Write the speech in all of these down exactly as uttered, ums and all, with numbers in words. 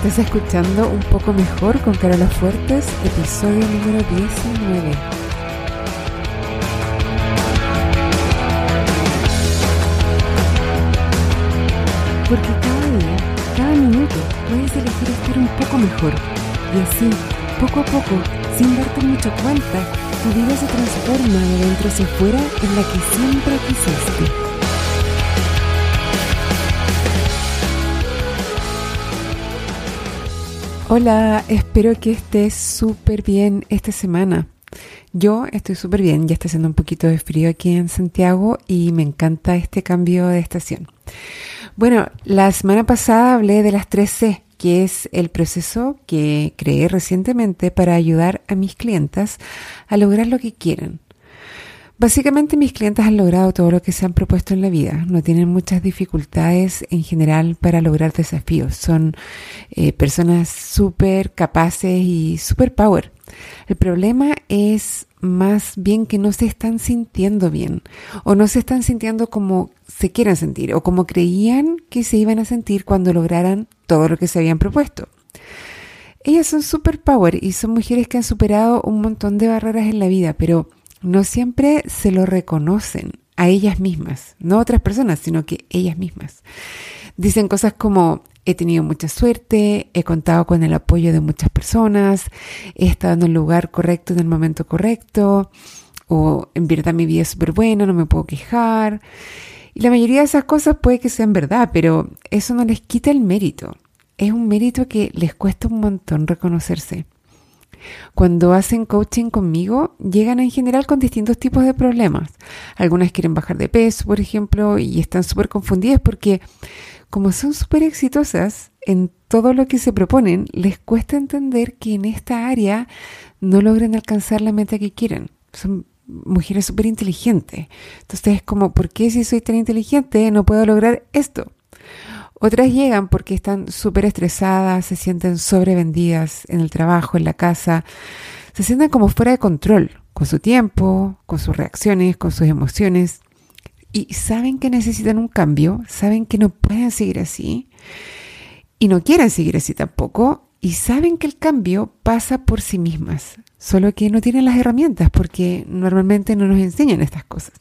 Estás escuchando Un Poco Mejor con Carola Fuertes, episodio número diecinueve. Porque cada día, cada minuto, puedes elegir estar un poco mejor. Y así, poco a poco, sin darte mucho cuenta, tu vida se transforma de dentro hacia afuera en la que siempre quisiste. Hola, espero que estés súper bien esta semana. Yo estoy súper bien, ya está haciendo un poquito de frío aquí en Santiago y me encanta este cambio de estación. Bueno, la semana pasada hablé de las tres C, que es el proceso que creé recientemente para ayudar a mis clientas a lograr lo que quieren. Básicamente mis clientes han logrado todo lo que se han propuesto en la vida, no tienen muchas dificultades en general para lograr desafíos, son eh, personas súper capaces y súper power. El problema es más bien que no se están sintiendo bien o no se están sintiendo como se quieren sentir o como creían que se iban a sentir cuando lograran todo lo que se habían propuesto. Ellas son súper power y son mujeres que han superado un montón de barreras en la vida, pero no siempre se lo reconocen a ellas mismas, no a otras personas, sino que ellas mismas. Dicen cosas como, he tenido mucha suerte, he contado con el apoyo de muchas personas, he estado en el lugar correcto en el momento correcto, o en verdad mi vida es súper buena, no me puedo quejar. Y la mayoría de esas cosas puede que sean verdad, pero eso no les quita el mérito. Es un mérito que les cuesta un montón reconocerse. Cuando hacen coaching conmigo, llegan en general con distintos tipos de problemas. Algunas quieren bajar de peso, por ejemplo, y están súper confundidas porque como son súper exitosas en todo lo que se proponen, les cuesta entender que en esta área no logran alcanzar la meta que quieren. Son mujeres súper inteligentes. Entonces es como, ¿por qué si soy tan inteligente no puedo lograr esto? Otras llegan porque están súper estresadas, se sienten sobrevendidas en el trabajo, en la casa, se sienten como fuera de control con su tiempo, con sus reacciones, con sus emociones y saben que necesitan un cambio, saben que no pueden seguir así y no quieren seguir así tampoco y saben que el cambio pasa por sí mismas, solo que no tienen las herramientas porque normalmente no nos enseñan estas cosas.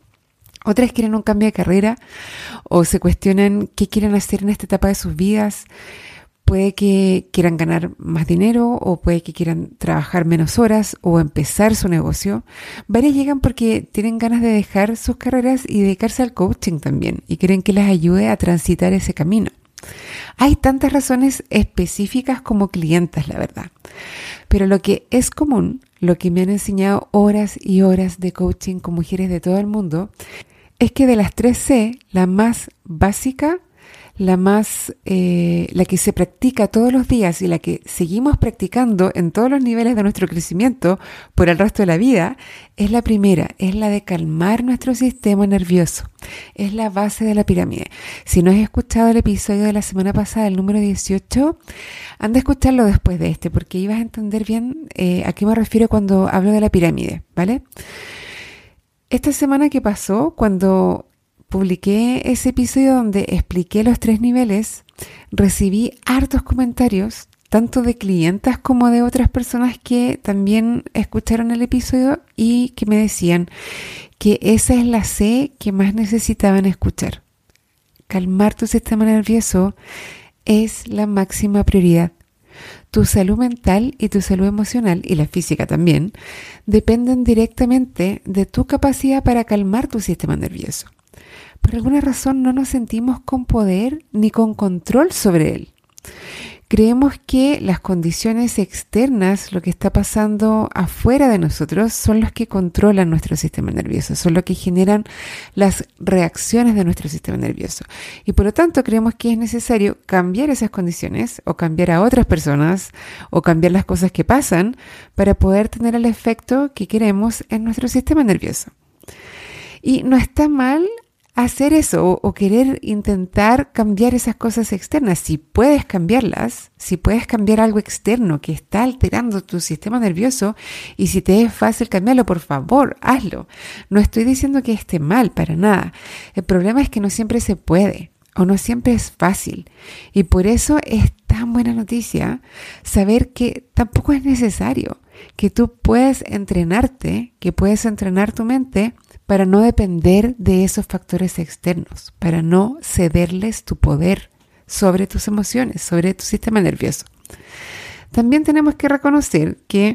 Otras quieren un cambio de carrera o se cuestionan qué quieren hacer en esta etapa de sus vidas. Puede que quieran ganar más dinero o puede que quieran trabajar menos horas o empezar su negocio. Varias llegan porque tienen ganas de dejar sus carreras y dedicarse al coaching también y quieren que les ayude a transitar ese camino. Hay tantas razones específicas como clientas, la verdad. Pero lo que es común, lo que me han enseñado horas y horas de coaching con mujeres de todo el mundo, es que de las tres C, la más básica, la más, eh, la que se practica todos los días y la que seguimos practicando en todos los niveles de nuestro crecimiento por el resto de la vida, es la primera, es la de calmar nuestro sistema nervioso. Es la base de la pirámide. Si no has escuchado el episodio de la semana pasada, el número dieciocho, anda a escucharlo después de este, porque ahí vas a entender bien eh, a qué me refiero cuando hablo de la pirámide, ¿vale? Esta semana que pasó, cuando publiqué ese episodio donde expliqué los tres niveles, recibí hartos comentarios, tanto de clientas como de otras personas que también escucharon el episodio y que me decían que esa es la C que más necesitaban escuchar. Calmar tu sistema nervioso es la máxima prioridad. Tu salud mental y tu salud emocional, y la física también, dependen directamente de tu capacidad para calmar tu sistema nervioso. Por alguna razón no nos sentimos con poder ni con control sobre él. Creemos que las condiciones externas, lo que está pasando afuera de nosotros, son los que controlan nuestro sistema nervioso, son los que generan las reacciones de nuestro sistema nervioso. Y por lo tanto creemos que es necesario cambiar esas condiciones o cambiar a otras personas o cambiar las cosas que pasan para poder tener el efecto que queremos en nuestro sistema nervioso. Y no está mal hacer eso o, o querer intentar cambiar esas cosas externas. Si puedes cambiarlas, si puedes cambiar algo externo que está alterando tu sistema nervioso y si te es fácil cambiarlo, por favor, hazlo. No estoy diciendo que esté mal, para nada. El problema es que no siempre se puede o no siempre es fácil y por eso es tan tan buena noticia saber que tampoco es necesario, que tú puedes entrenarte, que puedes entrenar tu mente para no depender de esos factores externos, para no cederles tu poder sobre tus emociones, sobre tu sistema nervioso. También tenemos que reconocer que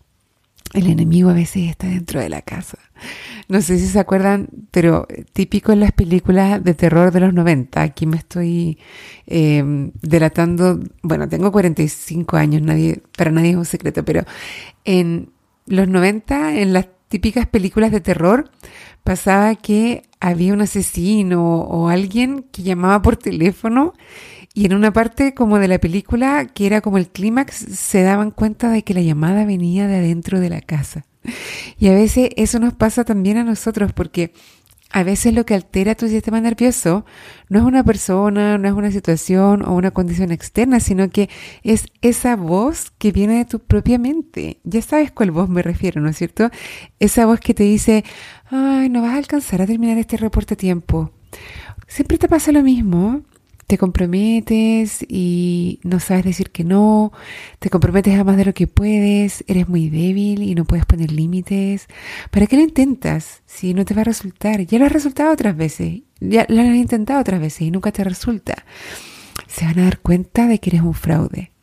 el enemigo a veces está dentro de la casa. No sé si se acuerdan, pero típico en las películas de terror de los noventa. Aquí me estoy eh, delatando. Bueno, tengo cuarenta y cinco años, nadie, para nadie es un secreto, pero en los noventa, en las típicas películas de terror, pasaba que había un asesino o alguien que llamaba por teléfono y en una parte como de la película, que era como el clímax, se daban cuenta de que la llamada venía de adentro de la casa. Y a veces eso nos pasa también a nosotros, porque a veces lo que altera tu sistema nervioso no es una persona, no es una situación o una condición externa, sino que es esa voz que viene de tu propia mente. Ya sabes cuál voz me refiero, ¿no es cierto? Esa voz que te dice, ay, no vas a alcanzar a terminar este reporte a tiempo. Siempre te pasa lo mismo. Te comprometes y no sabes decir que no, te comprometes a más de lo que puedes, eres muy débil y no puedes poner límites. ¿Para qué lo intentas si no te va a resultar? Ya lo has resultado otras veces, ya lo has intentado otras veces y nunca te resulta. Se van a dar cuenta de que eres un fraude.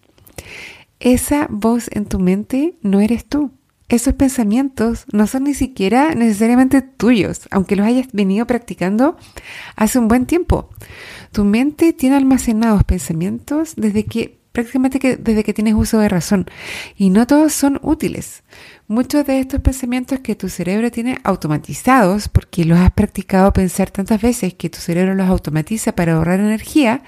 Esa voz en tu mente no eres tú. Esos pensamientos no son ni siquiera necesariamente tuyos, aunque los hayas venido practicando hace un buen tiempo. Tu mente tiene almacenados pensamientos desde que, prácticamente que, desde que tienes uso de razón. Y no todos son útiles. Muchos de estos pensamientos que tu cerebro tiene automatizados, porque los has practicado pensar tantas veces que tu cerebro los automatiza para ahorrar energía,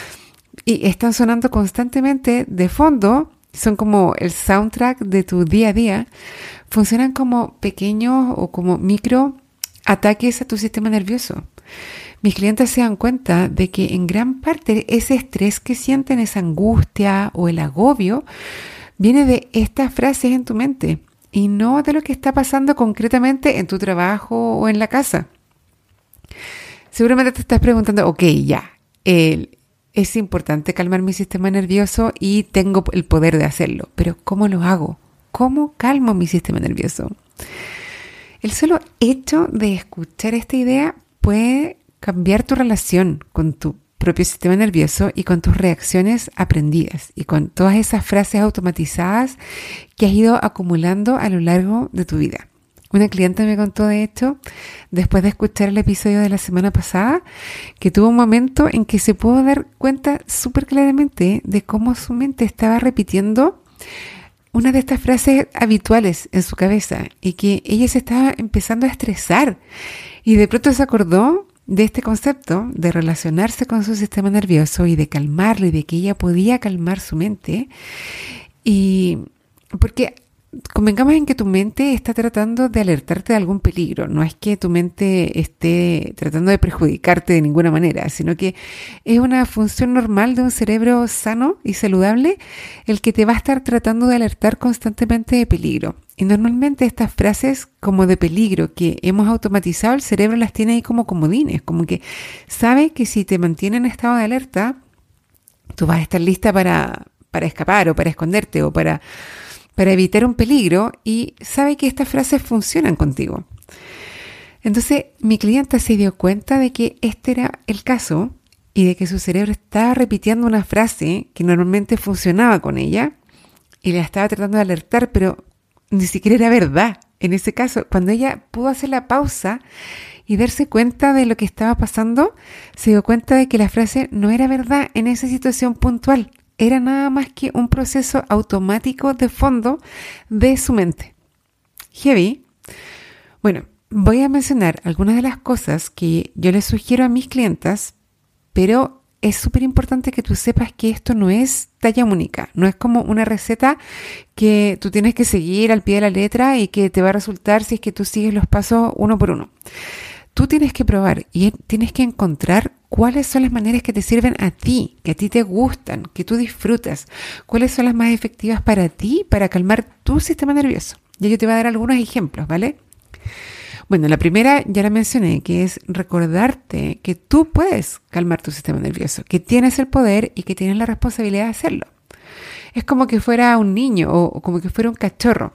y están sonando constantemente de fondo, son como el soundtrack de tu día a día, funcionan como pequeños o como micro ataques a tu sistema nervioso. Mis clientes se dan cuenta de que en gran parte ese estrés que sienten, esa angustia o el agobio, viene de estas frases en tu mente y no de lo que está pasando concretamente en tu trabajo o en la casa. Seguramente te estás preguntando, ok, ya, el es importante calmar mi sistema nervioso y tengo el poder de hacerlo. Pero ¿cómo lo hago? ¿Cómo calmo mi sistema nervioso? El solo hecho de escuchar esta idea puede cambiar tu relación con tu propio sistema nervioso y con tus reacciones aprendidas y con todas esas frases automatizadas que has ido acumulando a lo largo de tu vida. Una clienta me contó, de hecho, después de escuchar el episodio de la semana pasada, que tuvo un momento en que se pudo dar cuenta súper claramente de cómo su mente estaba repitiendo una de estas frases habituales en su cabeza y que ella se estaba empezando a estresar. Y de pronto se acordó de este concepto de relacionarse con su sistema nervioso y de calmarlo y de que ella podía calmar su mente. Y porque convengamos en que tu mente está tratando de alertarte de algún peligro. No es que tu mente esté tratando de perjudicarte de ninguna manera, sino que es una función normal de un cerebro sano y saludable el que te va a estar tratando de alertar constantemente de peligro. Y normalmente estas frases como de peligro que hemos automatizado, el cerebro las tiene ahí como comodines, como que sabe que si te mantiene en estado de alerta, tú vas a estar lista para, para escapar o para esconderte o para... para evitar un peligro, y sabe que estas frases funcionan contigo. Entonces, mi clienta se dio cuenta de que este era el caso y de que su cerebro estaba repitiendo una frase que normalmente funcionaba con ella y la estaba tratando de alertar, pero ni siquiera era verdad. En ese caso, cuando ella pudo hacer la pausa y darse cuenta de lo que estaba pasando, se dio cuenta de que la frase no era verdad en esa situación puntual. Era nada más que un proceso automático de fondo de su mente. Heavy. Bueno, voy a mencionar algunas de las cosas que yo les sugiero a mis clientas, pero es súper importante que tú sepas que esto no es talla única, no es como una receta que tú tienes que seguir al pie de la letra y que te va a resultar si es que tú sigues los pasos uno por uno. Tú tienes que probar y tienes que encontrar cuáles son las maneras que te sirven a ti, que a ti te gustan, que tú disfrutas, cuáles son las más efectivas para ti, para calmar tu sistema nervioso. Ya yo te voy a dar algunos ejemplos, ¿vale? Bueno, la primera ya la mencioné, que es recordarte que tú puedes calmar tu sistema nervioso, que tienes el poder y que tienes la responsabilidad de hacerlo. Es como que fuera un niño o, o como que fuera un cachorro.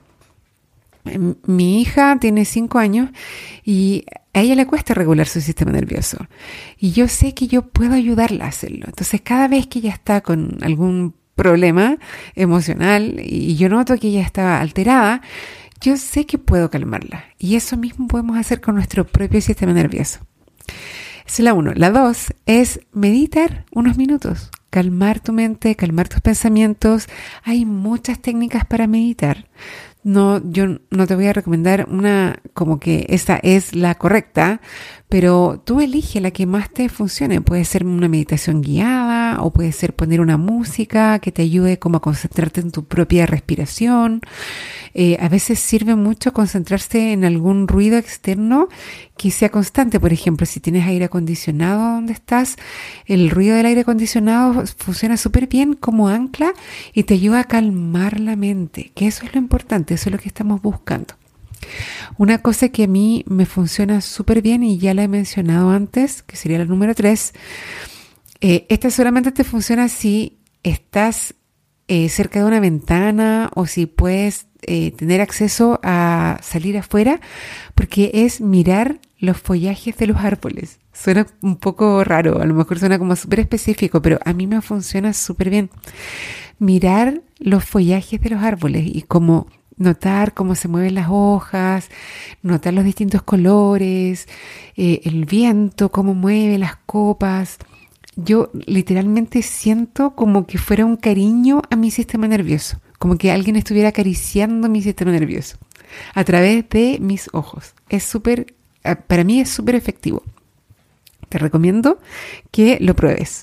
Mi hija tiene cinco años y a ella le cuesta regular su sistema nervioso. Y yo sé que yo puedo ayudarla a hacerlo. Entonces, cada vez que ella está con algún problema emocional y yo noto que ella está alterada, yo sé que puedo calmarla. Y eso mismo podemos hacer con nuestro propio sistema nervioso. Esa es la uno. La dos es meditar unos minutos. Calmar tu mente, calmar tus pensamientos. Hay muchas técnicas para meditar. No, yo no te voy a recomendar una como que esa es la correcta, pero tú elige la que más te funcione. Puede ser una meditación guiada o puede ser poner una música que te ayude como a concentrarte en tu propia respiración. Eh, a veces sirve mucho concentrarse en algún ruido externo que sea constante. Por ejemplo, si tienes aire acondicionado donde estás, el ruido del aire acondicionado funciona súper bien como ancla y te ayuda a calmar la mente, que eso es lo importante, eso es lo que estamos buscando. Una cosa que a mí me funciona súper bien y ya la he mencionado antes, que sería la número tres, eh, esta solamente te funciona si estás eh, cerca de una ventana o si puedes eh, tener acceso a salir afuera, porque es mirar los follajes de los árboles. Suena un poco raro, a lo mejor suena como súper específico, pero a mí me funciona súper bien. Mirar los follajes de los árboles y como notar cómo se mueven las hojas, notar los distintos colores, eh, el viento, cómo mueve las copas. Yo literalmente siento como que fuera un cariño a mi sistema nervioso, como que alguien estuviera acariciando mi sistema nervioso a través de mis ojos. Es súper, para mí es súper efectivo. Te recomiendo que lo pruebes.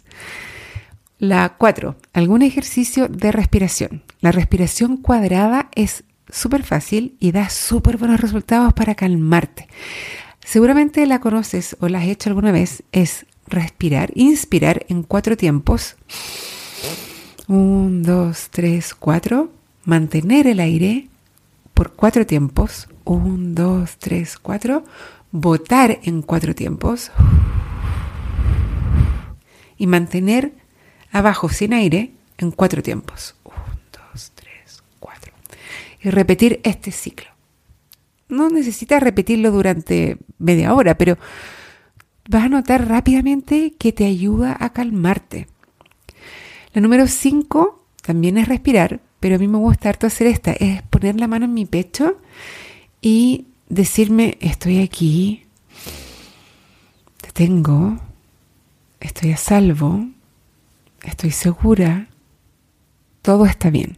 La cuatro, algún ejercicio de respiración. La respiración cuadrada es súper fácil y da súper buenos resultados para calmarte. Seguramente la conoces o la has hecho alguna vez. Es respirar, inspirar en cuatro tiempos. Un, dos, tres, cuatro. Mantener el aire por cuatro tiempos. Un, dos, tres, cuatro. Botar en cuatro tiempos. Y mantener abajo sin aire en cuatro tiempos. Un, dos, tres, cuatro. Y repetir este ciclo. No necesitas repetirlo durante media hora, pero vas a notar rápidamente que te ayuda a calmarte. La número cinco también es respirar, pero a mí me gusta harto hacer esta. Es poner la mano en mi pecho y decirme, estoy aquí, te tengo, estoy a salvo, estoy segura, todo está bien.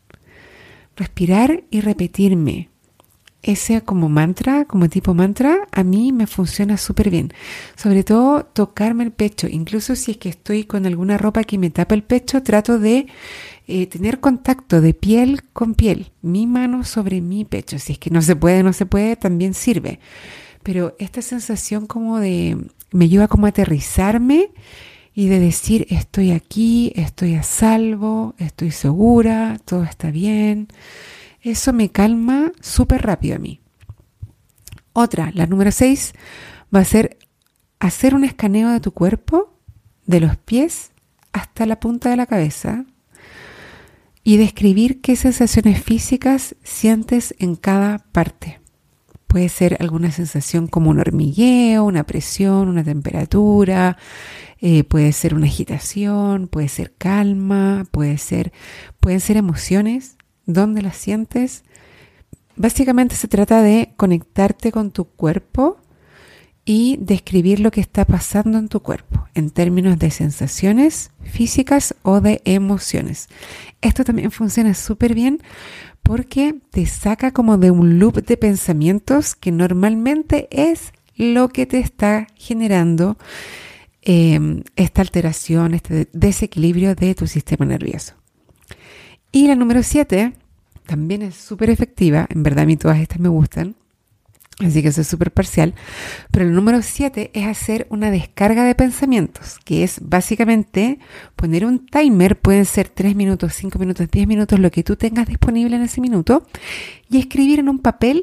Respirar y repetirme. Ese como mantra, como tipo mantra, a mí me funciona súper bien. Sobre todo tocarme el pecho. Incluso si es que estoy con alguna ropa que me tapa el pecho, trato de eh, tener contacto de piel con piel. Mi mano sobre mi pecho. Si es que no se puede, no se puede, también sirve. Pero esta sensación como de, me ayuda como a aterrizarme y de decir, estoy aquí, estoy a salvo, estoy segura, todo está bien. Eso me calma súper rápido a mí. Otra, la número seis, va a ser hacer un escaneo de tu cuerpo, de los pies hasta la punta de la cabeza, y describir qué sensaciones físicas sientes en cada parte. Puede ser alguna sensación como un hormigueo, una presión, una temperatura, eh, puede ser una agitación, puede ser calma, puede ser, pueden ser emociones. ¿Dónde las sientes? Básicamente se trata de conectarte con tu cuerpo y describir lo que está pasando en tu cuerpo en términos de sensaciones físicas o de emociones. Esto también funciona súper bien porque te saca como de un loop de pensamientos que normalmente es lo que te está generando eh, esta alteración, este desequilibrio de tu sistema nervioso. Y la número siete también es súper efectiva. En verdad a mí todas estas me gustan, así que eso es súper parcial. Pero el número siete es hacer una descarga de pensamientos, que es básicamente poner un timer. Pueden ser tres minutos, cinco minutos, diez minutos, lo que tú tengas disponible en ese minuto, y escribir en un papel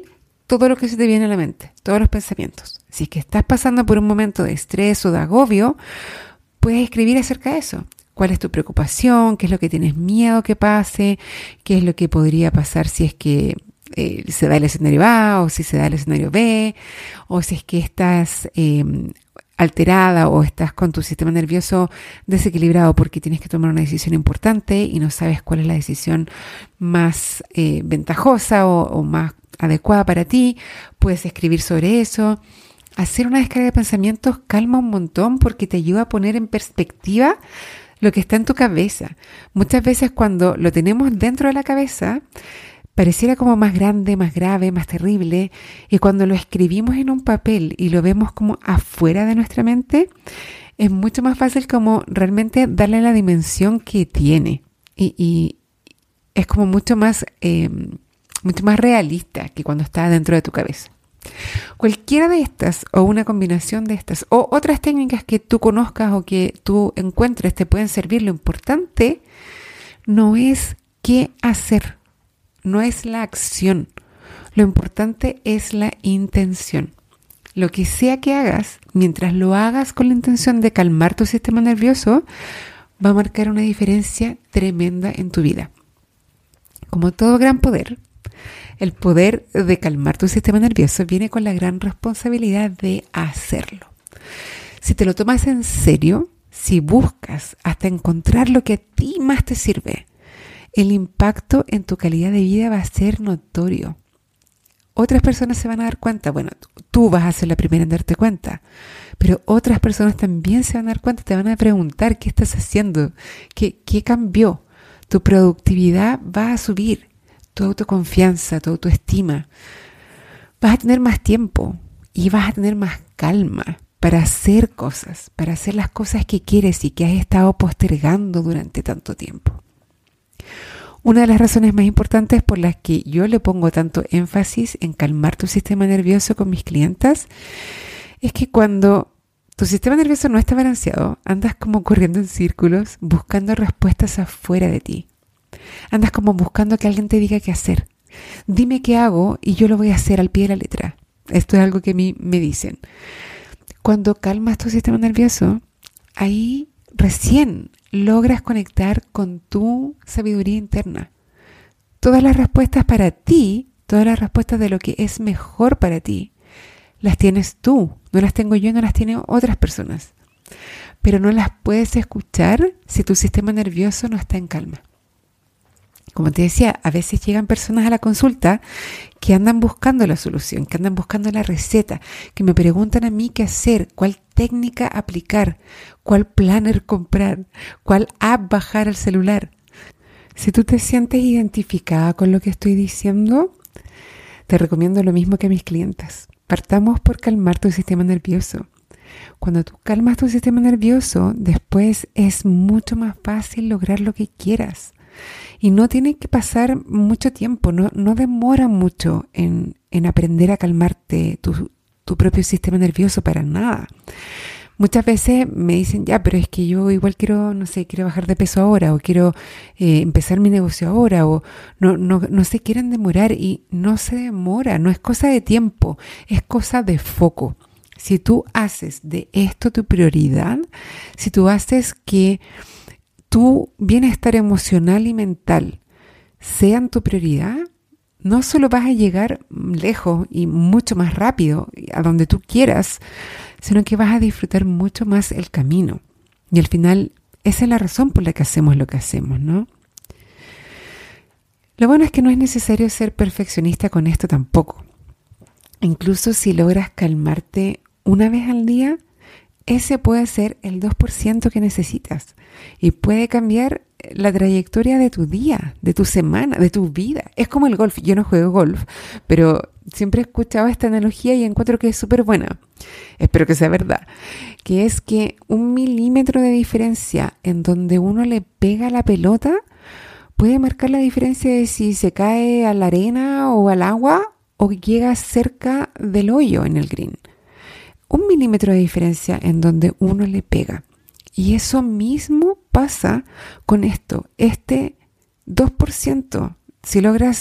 todo lo que se te viene a la mente, todos los pensamientos. Si es que estás pasando por un momento de estrés o de agobio, puedes escribir acerca de eso. ¿Cuál es tu preocupación? ¿Qué es lo que tienes miedo que pase? ¿Qué es lo que podría pasar si es que eh, se da el escenario A o si se da el escenario B? O si es que estás eh, alterada o estás con tu sistema nervioso desequilibrado porque tienes que tomar una decisión importante y no sabes cuál es la decisión más eh, ventajosa o, o más adecuada para ti. Puedes escribir sobre eso. Hacer una descarga de pensamientos calma un montón porque te ayuda a poner en perspectiva lo que está en tu cabeza. Muchas veces cuando lo tenemos dentro de la cabeza, pareciera como más grande, más grave, más terrible. Y cuando lo escribimos en un papel y lo vemos como afuera de nuestra mente, es mucho más fácil como realmente darle la dimensión que tiene. Y, y es como mucho más, eh, mucho más realista que cuando está dentro de tu cabeza. Cualquiera de estas o una combinación de estas o otras técnicas que tú conozcas o que tú encuentres te pueden servir. Lo importante no es qué hacer, no es la acción. Lo importante es la intención. Lo que sea que hagas, mientras lo hagas con la intención de calmar tu sistema nervioso, va a marcar una diferencia tremenda en tu vida. Como todo gran poder, el poder de calmar tu sistema nervioso viene con la gran responsabilidad de hacerlo. Si te lo tomas en serio, si buscas hasta encontrar lo que a ti más te sirve, el impacto en tu calidad de vida va a ser notorio. Otras personas se van a dar cuenta, bueno, tú vas a ser la primera en darte cuenta, pero otras personas también se van a dar cuenta, te van a preguntar qué estás haciendo, qué, qué cambió. Tu productividad va a subir. Tu autoconfianza, tu autoestima. Vas a tener más tiempo y vas a tener más calma para hacer cosas, para hacer las cosas que quieres y que has estado postergando durante tanto tiempo. Una de las razones más importantes por las que yo le pongo tanto énfasis en calmar tu sistema nervioso con mis clientas es que cuando tu sistema nervioso no está balanceado, andas como corriendo en círculos buscando respuestas afuera de ti. Andas como buscando que alguien te diga qué hacer. Dime qué hago y yo lo voy a hacer al pie de la letra. Esto es algo que a mí me dicen. Cuando calmas tu sistema nervioso, ahí recién logras conectar con tu sabiduría interna. Todas las respuestas para ti, todas las respuestas de lo que es mejor para ti, las tienes tú. No las tengo yo, no las tienen otras personas. Pero no las puedes escuchar si tu sistema nervioso no está en calma. Como te decía, a veces llegan personas a la consulta que andan buscando la solución, que andan buscando la receta, que me preguntan a mí qué hacer, cuál técnica aplicar, cuál planner comprar, cuál app bajar al celular. Si tú te sientes identificada con lo que estoy diciendo, te recomiendo lo mismo que a mis clientes. Partamos por calmar tu sistema nervioso. Cuando tú calmas tu sistema nervioso, después es mucho más fácil lograr lo que quieras. Y no tiene que pasar mucho tiempo, no, no demora mucho en, en aprender a calmarte tu, tu propio sistema nervioso para nada. Muchas veces me dicen, ya, pero es que yo igual quiero, no sé, quiero bajar de peso ahora o quiero eh, empezar mi negocio ahora o no, no, no se quieren demorar y no se demora, no es cosa de tiempo, es cosa de foco. Si tú haces de esto tu prioridad, si tú haces que tu bienestar emocional y mental sean tu prioridad, no solo vas a llegar lejos y mucho más rápido a donde tú quieras, sino que vas a disfrutar mucho más el camino. Y al final, esa es la razón por la que hacemos lo que hacemos, ¿no? Lo bueno es que no es necesario ser perfeccionista con esto tampoco. Incluso si logras calmarte una vez al día, ese puede ser el dos por ciento que necesitas y puede cambiar la trayectoria de tu día, de tu semana, de tu vida. Es como el golf. Yo no juego golf, pero siempre he escuchado esta analogía y encuentro que es súper buena. Espero que sea verdad. Que es que un milímetro de diferencia en donde uno le pega la pelota puede marcar la diferencia de si se cae a la arena o al agua o llega cerca del hoyo en el green. Un milímetro de diferencia en donde uno le pega. Y eso mismo pasa con esto. Este dos por ciento, si logras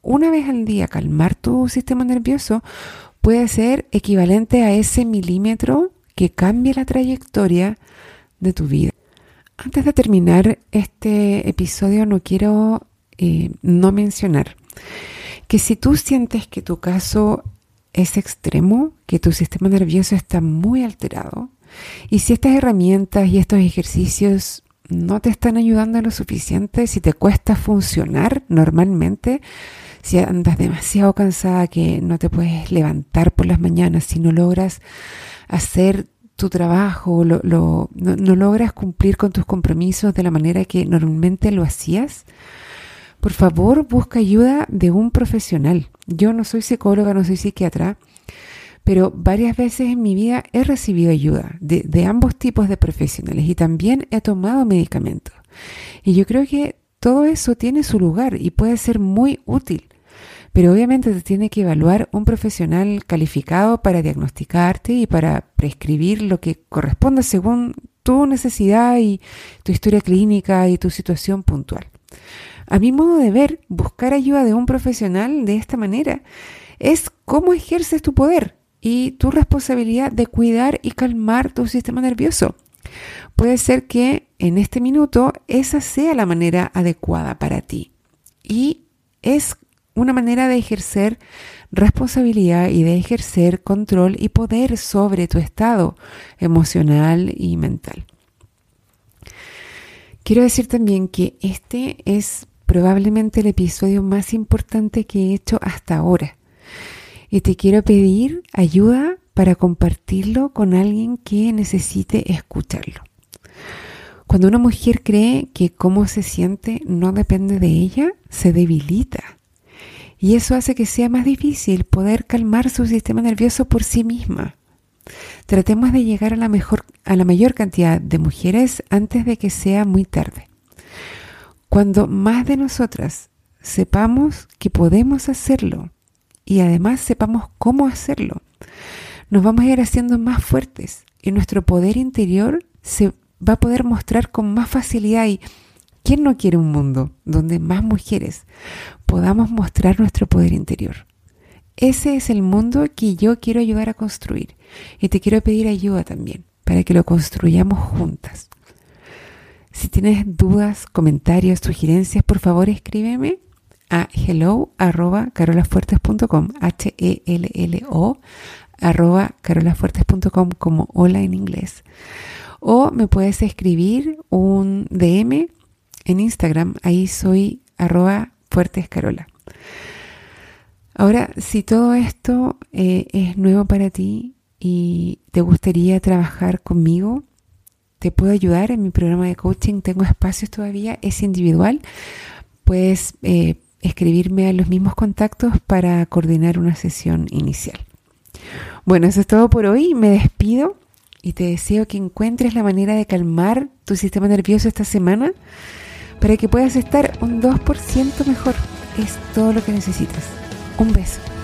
una vez al día calmar tu sistema nervioso puede ser equivalente a ese milímetro que cambia la trayectoria de tu vida. Antes de terminar este episodio, no quiero eh, no mencionar que si tú sientes que tu caso es extremo, que tu sistema nervioso está muy alterado, y si estas herramientas y estos ejercicios no te están ayudando lo suficiente, si te cuesta funcionar normalmente, si andas demasiado cansada que no te puedes levantar por las mañanas, si no logras hacer tu trabajo, lo, lo, no, no logras cumplir con tus compromisos de la manera que normalmente lo hacías, por favor busca ayuda de un profesional. Yo no soy psicóloga, no soy psiquiatra, pero varias veces en mi vida he recibido ayuda de, de ambos tipos de profesionales y también he tomado medicamentos. Y yo creo que todo eso tiene su lugar y puede ser muy útil. Pero obviamente te tiene que evaluar un profesional calificado para diagnosticarte y para prescribir lo que corresponda según tu necesidad y tu historia clínica y tu situación puntual. A mi modo de ver, buscar ayuda de un profesional de esta manera es cómo ejerces tu poder y tu responsabilidad de cuidar y calmar tu sistema nervioso. Puede ser que en este minuto esa sea la manera adecuada para ti y es una manera de ejercer responsabilidad y de ejercer control y poder sobre tu estado emocional y mental. Quiero decir también que este es probablemente el episodio más importante que he hecho hasta ahora. Y te quiero pedir ayuda para compartirlo con alguien que necesite escucharlo. Cuando una mujer cree que cómo se siente no depende de ella, se debilita. Y eso hace que sea más difícil poder calmar su sistema nervioso por sí misma. Tratemos de llegar a la mejor, a la mayor cantidad de mujeres antes de que sea muy tarde. Cuando más de nosotras sepamos que podemos hacerlo y además sepamos cómo hacerlo, nos vamos a ir haciendo más fuertes y nuestro poder interior se va a poder mostrar con más facilidad. Y ¿quién no quiere un mundo donde más mujeres podamos mostrar nuestro poder interior? Ese es el mundo que yo quiero ayudar a construir y te quiero pedir ayuda también para que lo construyamos juntas. Si tienes dudas, comentarios, sugerencias, por favor escríbeme a hello arroba carolafuertes punto com, H E L L O arroba carolafuertes punto com como hola en inglés. O me puedes escribir un D M en Instagram, ahí soy arroba fuertescarola. Ahora, si todo esto eh, es nuevo para ti y te gustaría trabajar conmigo, te puedo ayudar en mi programa de coaching. Tengo espacios todavía, es individual. Puedes eh, escribirme a los mismos contactos para coordinar una sesión inicial. Bueno, eso es todo por hoy. Me despido y te deseo que encuentres la manera de calmar tu sistema nervioso esta semana para que puedas estar un dos por ciento mejor. Es todo lo que necesitas. Un beso.